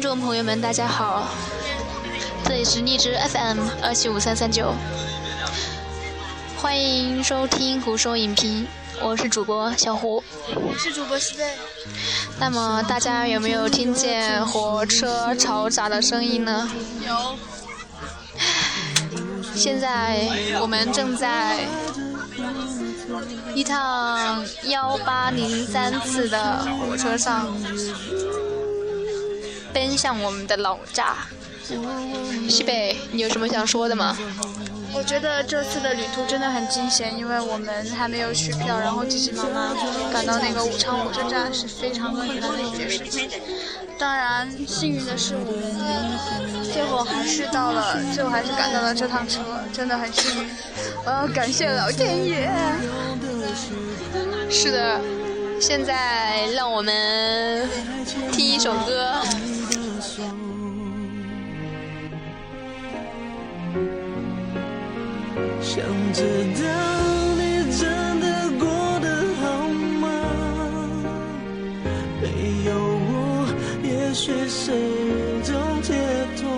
众朋友们，大家好，这里是荔枝 FM275339，欢迎收听胡说影评，我是主播小胡， 我是主播西贝。 那么大家有没有听见火车嘈杂的声音呢？ 有。 现在我们正在一趟1803次的火车上奔向我们的老家。西北，你有什么想说的吗？ 我觉得这次的旅途真的很惊险，因为我们还没有取票，然后急急忙忙赶到那个武昌火车站是非常困难的一件事情。当然，幸运的是我们最后还是赶到了这趟车，真的很幸运。我要感谢老天爷。 是的，现在让我们听一首歌。 想知道你真的过得好吗？没有我，也许是一种解脱，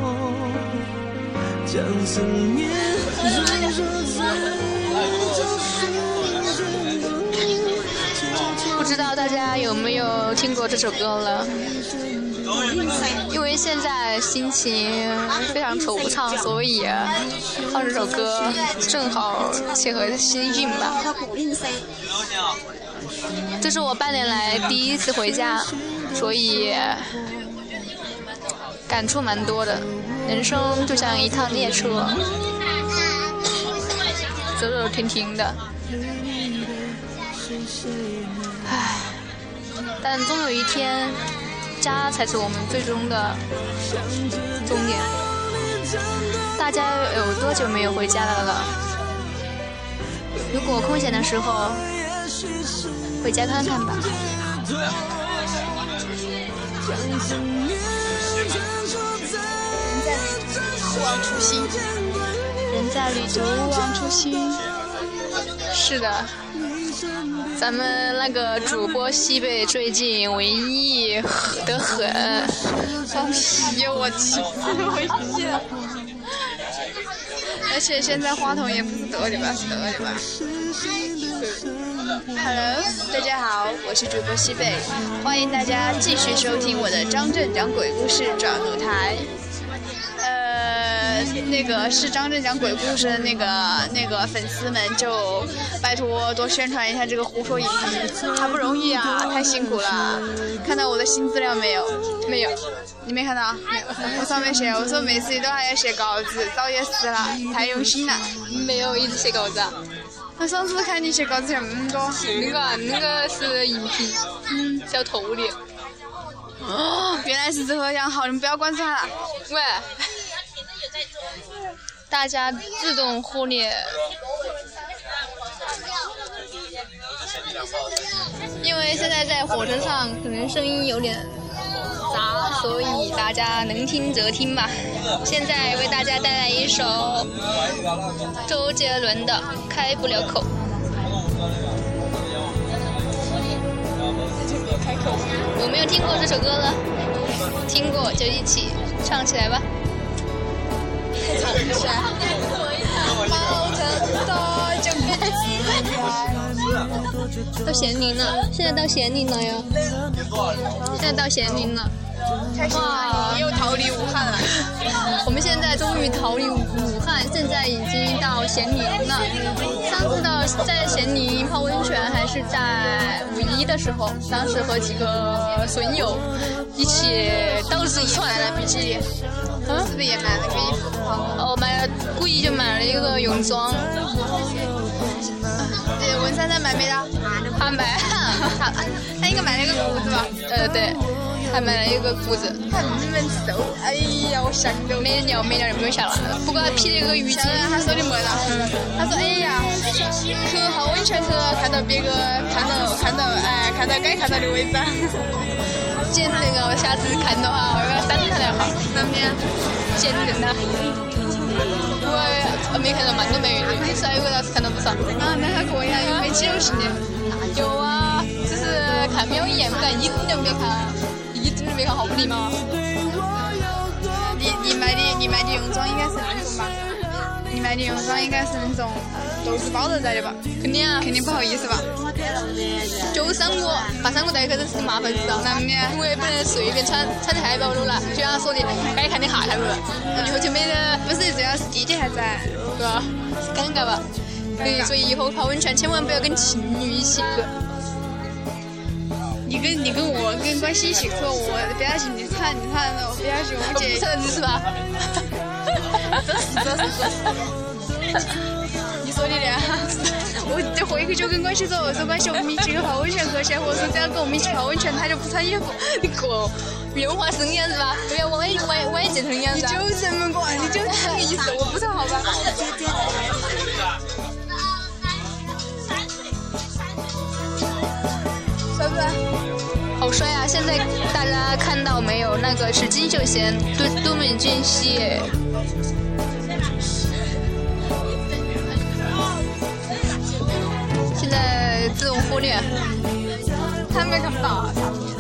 将思念诉说在一种瞬间。 不知道大家有没有听过这首歌了？因为现在心情非常惆怅，所以放这首歌正好切合心境吧。这是我半年来第一次回家，所以感触蛮多的。人生就像一趟列车，走走停停的，唉，但终有一天，家才是我们最终的终点。大家有多久没有回家了？如果空闲的时候，回家看看吧。人在旅途，勿忘初心。是的。咱们那个主播西北最近文艺得很， 放屁！我去，而且现在话筒也不是得里吧，是得里吧。Hello， 大家好，我是主播西北，欢迎大家继续收听我的张震讲鬼故事转录台。那个是张震讲鬼故事的那个粉丝们就拜托多宣传一下这个胡说影评，他不容易啊，太辛苦了。看到我的新资料没有？没有。你没看到？没有。我上面写，我说每次都还要写稿子，早也死了，太用心了。 没有一直写稿子啊。 我上次看你写稿子那么多。 那个是影评，小头的。 哦，原来是这样，好，你们不要关注他了。 喂。大家自动忽略，因为现在在火车上可能声音有点杂，所以大家能听则听吧。现在为大家带来一首周杰伦的《开不了口》。有没有听过这首歌呢？听过就一起唱起来吧。 唱起来，好真的就到咸宁了，现在到咸宁了呀！现在到咸宁了， 哇！又逃离武汉了。 我们现在终于逃离武汉，现在已经到咸宁了。上次在咸宁泡温泉还是在5·1的时候，当时和几个损友一起到处窜来了比基尼。是不是也买了个衣服？ 故意就买了一个泳装。 对，文珊珊买没了？ 他买， 他应该买了一个裤子吧？ 对，还买了一个裤子。 他你们瘦，哎呀，我想都没聊也不用想了。不过他披了一个浴巾， 他手里没了。他说：“哎呀，去泡温泉去，看到别个，看到该看到的位置。” 见证啊！我下次看到哈，我要删他了哈。 哪边？ 见证他。我没看到嘛，都没有。还有个倒是看到不少。 啊，那还可以啊，有没90年？ 有啊，只是看瞄一眼，不敢一点都没看，一点都没看，好不礼貌。 你买的泳装应该是那种吧？你买的泳装应该是那种豆子包着在的吧？ 肯定啊， 肯定不好意思吧？ 就3个，把3个带去都是麻烦事啊。 那么呢？ 因为不能随便穿太暴露了，就像说的，该看你下头了，以后就没得。 不是，主要是弟弟还在， 是吧？尴尬吧？所以以后泡温泉千万不要跟情侣一起去。 你跟我跟关系一起喝，我不要紧，你看我不要紧，我姐不是吧？ 你说的呢？我这回去就跟关系说，我说关系我们一起去泡温泉喝些，我说只要跟我们一起泡温泉，他就不穿衣服。 你个原话是那样子吧？不要歪解成那样子。 你就这么过，你就这个意思，我不穿好吧？帅不帅？ 好帅啊！现在大家看到没有？那个是金秀贤，都美俊熙。现在自动忽略， 他们看不到啊。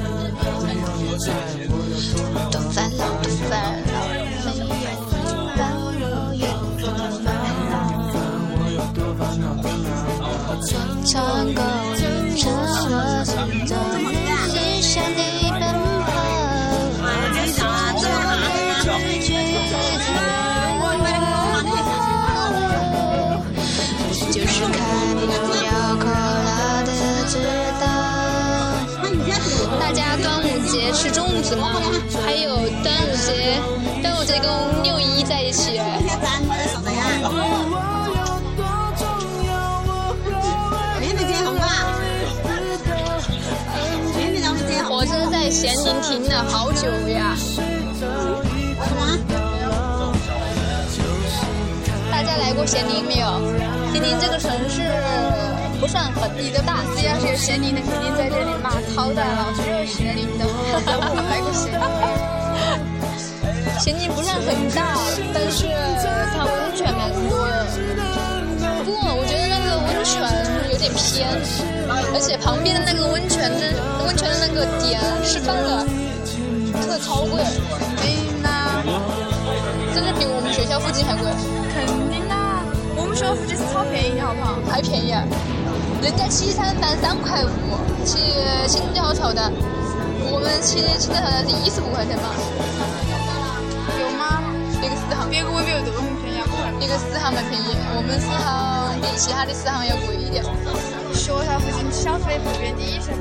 都烦恼，唱歌成了心中理想的奔跑，就是看不了口了的知道。大家端午节吃粽子吗？还有端午节跟6·1在一起。火车在咸宁停了好久呀。大家来过咸宁没有？咸宁这个城市不算很大， 只要是咸宁的，肯定在这里骂操蛋了，就是咸宁的。我来过咸宁。 咸宁不算很大，但是它温泉蛮多的。不过我觉得那个温泉有点偏，而且旁边的那个温泉的那个点吃饭的特超贵。 那真的比我们学校附近还贵。 肯定啦，我们学校附近是超便宜的，好不好？ 还便宜，人家吃餐饭3.5块，去青椒炒蛋，我们吃青椒炒蛋是15块钱吧？ 有吗？ 那个4行， 别个我没有都很便宜啊， 那个4行蛮便宜，我们4行比其他的4行要贵一点。 学校附近消费普遍低噻。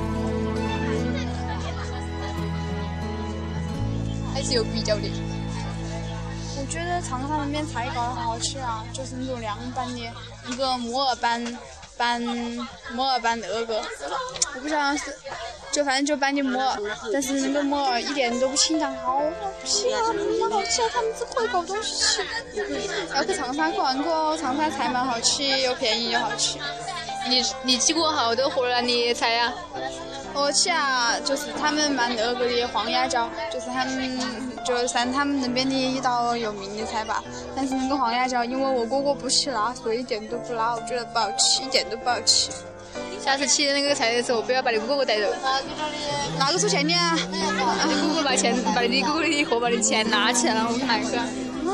还是有比较的。 我觉得长沙那边菜糕很好吃啊，就是那种凉拌的，一个木耳拌的那个，我不知道是，就反正就拌的木耳，但是那个木耳一点都不清淡，好好吃啊，蛮好吃啊，他们只会搞东西吃。要去长沙看看，长沙菜蛮好吃，又便宜又好吃。 你吃过好多湖南的菜呀？ 我吃啊，就是他们蛮那个的黄鸭脚，就是他们那边的一道有名的菜吧。但是那个黄鸭脚，因为我哥哥不吃辣，所以一点都不辣，我觉得不好吃，一点都不好吃。 下次吃那个菜的时候，不要把你哥哥带走。 哪个出钱的啊？ 你哥哥把你哥哥的荷包的钱拿起来了，我们来个。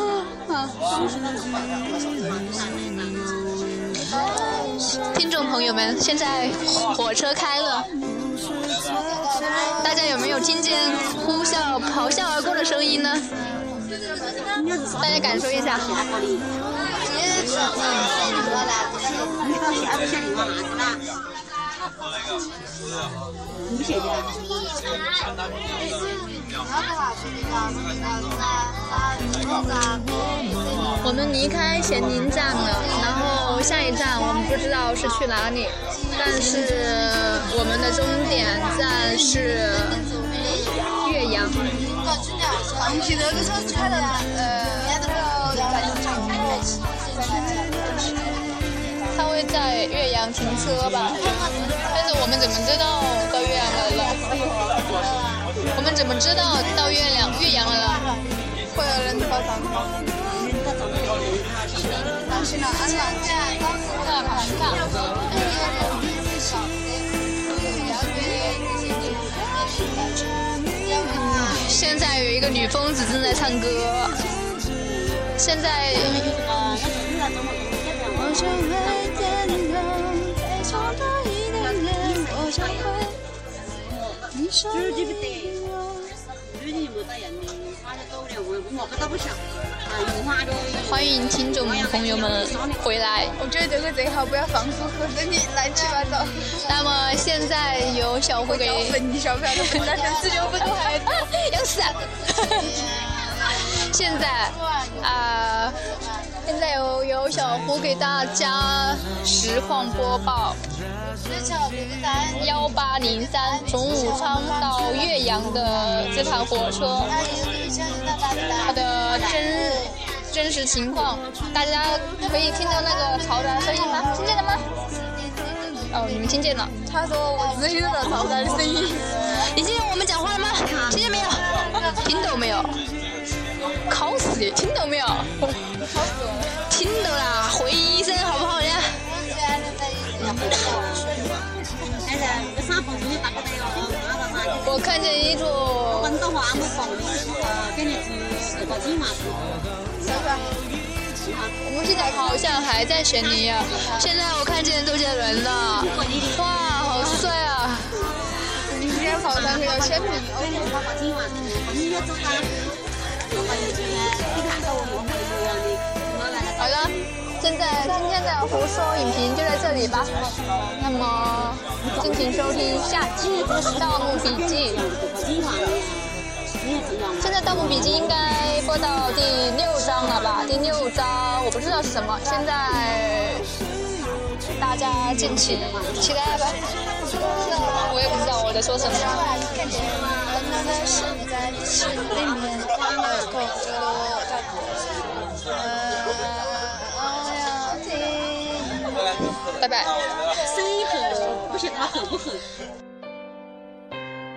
听众朋友们，现在火车开了，大家有没有听见呼啸咆哮而过的声音呢？大家感受一下。我们离开咸宁站了，然后下一站我们不知道是去哪里，但是我们的终点站是岳阳。他会在岳阳停车吧？但是我们怎么知道到岳阳来了？我们怎么知道到岳阳来了？ 会有人报账吗？ 现在有一个个女疯子正在唱歌。现在，我就会点头，再说多一点点，我就会。你说欢迎听众朋友们回来。 我觉得这个最好不要放出口声音，乱七八糟。 那么现在由小胡给分你晓不晓得？分到19分钟还要死。现在现在由小胡给大家实况播报。1803从武昌到岳阳的这趟火车，它的真实情况，大家可以听到那个嘈杂的声音吗？听见了吗？哦，你们听见了。 他说我只听得到嘈杂的声音。 你听见我们讲话了吗？听见没有？听到没有？考死你！听到没有？听到啦，回一声好不好呀？我看见一座。我们现在好像还在雪梨啊！现在我看见周杰伦了，哇，好帅啊！ 你今天跑上去要签名。 好了，今天的胡说影评就在这里吧。那么，敬请收听下期《盗墓笔记》。现在《盗墓笔记》应该播到第6章了吧？第6章我不知道是什么，现在大家敬请期待吧。我也不知道我在说什么。拜拜。 声音厚，不晓得它厚不厚。